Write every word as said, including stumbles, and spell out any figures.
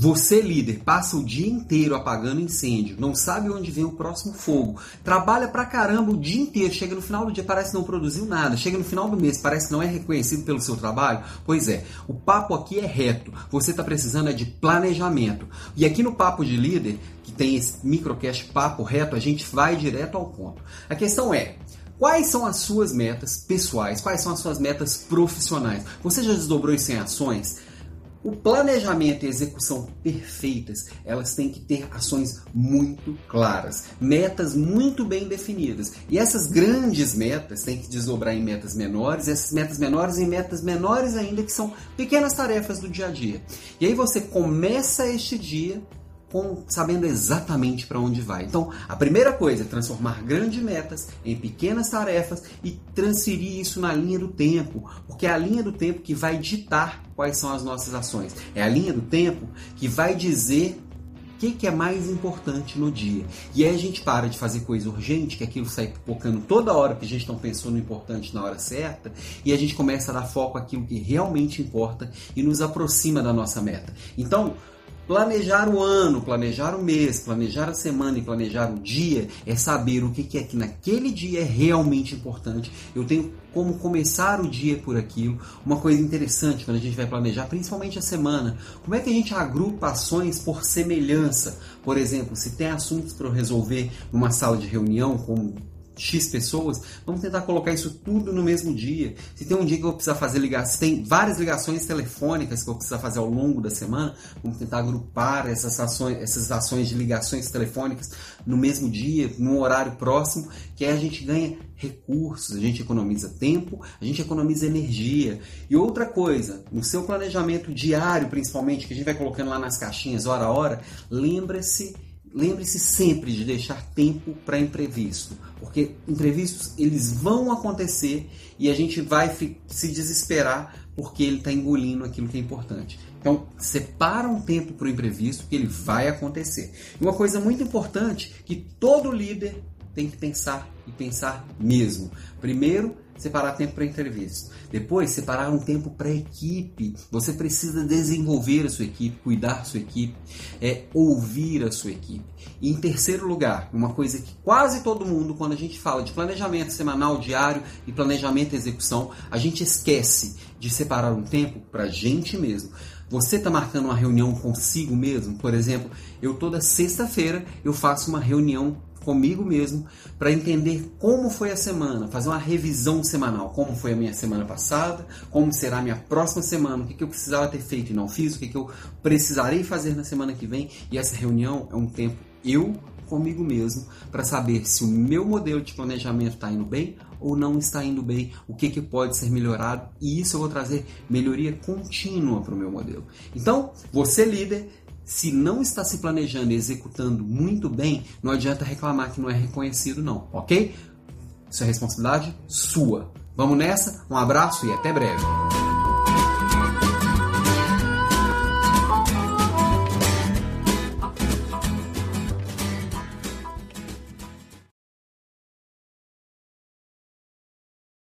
Você, líder, passa o dia inteiro apagando incêndio, não sabe onde vem o próximo fogo, trabalha pra caramba o dia inteiro, chega no final do dia parece que não produziu nada, chega no final do mês parece que não é reconhecido pelo seu trabalho? Pois é, o papo aqui é reto, você está precisando é de planejamento. E aqui no Papo de Líder, que tem esse microcast Papo Reto, a gente vai direto ao ponto. A questão é, quais são as suas metas pessoais? Quais são as suas metas profissionais? Você já desdobrou isso em ações? O planejamento e a execução perfeitas, elas têm que ter ações muito claras, metas muito bem definidas. E essas grandes metas têm que desdobrar em metas menores, essas metas menores em metas menores ainda, que são pequenas tarefas do dia a dia. E aí você começa este dia Com, sabendo exatamente para onde vai. Então, a primeira coisa é transformar grandes metas em pequenas tarefas e transferir isso na linha do tempo, porque é a linha do tempo que vai ditar quais são as nossas ações. É a linha do tempo que vai dizer o que, que é mais importante no dia. E aí a gente para de fazer coisa urgente, que aquilo sai pipocando toda hora, que a gente não pensou no importante na hora certa, e a gente começa a dar foco àquilo que realmente importa e nos aproxima da nossa meta. Então, planejar o ano, planejar o mês, planejar a semana e planejar o dia é saber o que é que naquele dia é realmente importante. Eu tenho como começar o dia por aquilo. Uma coisa interessante quando a gente vai planejar, principalmente a semana, como é que a gente agrupa ações por semelhança? Por exemplo, se tem assuntos para eu resolver numa sala de reunião, como X pessoas, vamos tentar colocar isso tudo no mesmo dia. Se tem um dia que eu vou precisar fazer ligações, se tem várias ligações telefônicas que eu vou precisar fazer ao longo da semana, vamos tentar agrupar essas ações, essas ações de ligações telefônicas no mesmo dia, num horário próximo, que aí a gente ganha recursos, a gente economiza tempo, a gente economiza energia. E outra coisa, no seu planejamento diário, principalmente, que a gente vai colocando lá nas caixinhas hora a hora, lembre-se Lembre-se sempre de deixar tempo para imprevisto, porque imprevistos eles vão acontecer e a gente vai se desesperar porque ele está engolindo aquilo que é importante. Então, separa um tempo para o imprevisto que ele vai acontecer. E uma coisa muito importante que todo líder tem que pensar e pensar mesmo. Primeiro, separar tempo para entrevista. Depois, separar um tempo para a equipe. Você precisa desenvolver a sua equipe, cuidar da sua equipe, é, ouvir a sua equipe. E em terceiro lugar, uma coisa que quase todo mundo, quando a gente fala de planejamento semanal, diário e planejamento e execução, a gente esquece de separar um tempo para a gente mesmo. Você está marcando uma reunião consigo mesmo? Por exemplo, eu toda sexta-feira eu faço uma reunião comigo mesmo para entender como foi a semana, fazer uma revisão semanal, como foi a minha semana passada, como será a minha próxima semana, o que, que eu precisava ter feito e não fiz, o que, que eu precisarei fazer na semana que vem. E essa reunião é um tempo eu comigo mesmo para saber se o meu modelo de planejamento está indo bem ou não está indo bem, o que, que pode ser melhorado, e isso eu vou trazer melhoria contínua para o meu modelo. Então, você líder, se não está se planejando e executando muito bem, não adianta reclamar que não é reconhecido não, ok? Isso é responsabilidade sua. Vamos nessa, um abraço e até breve.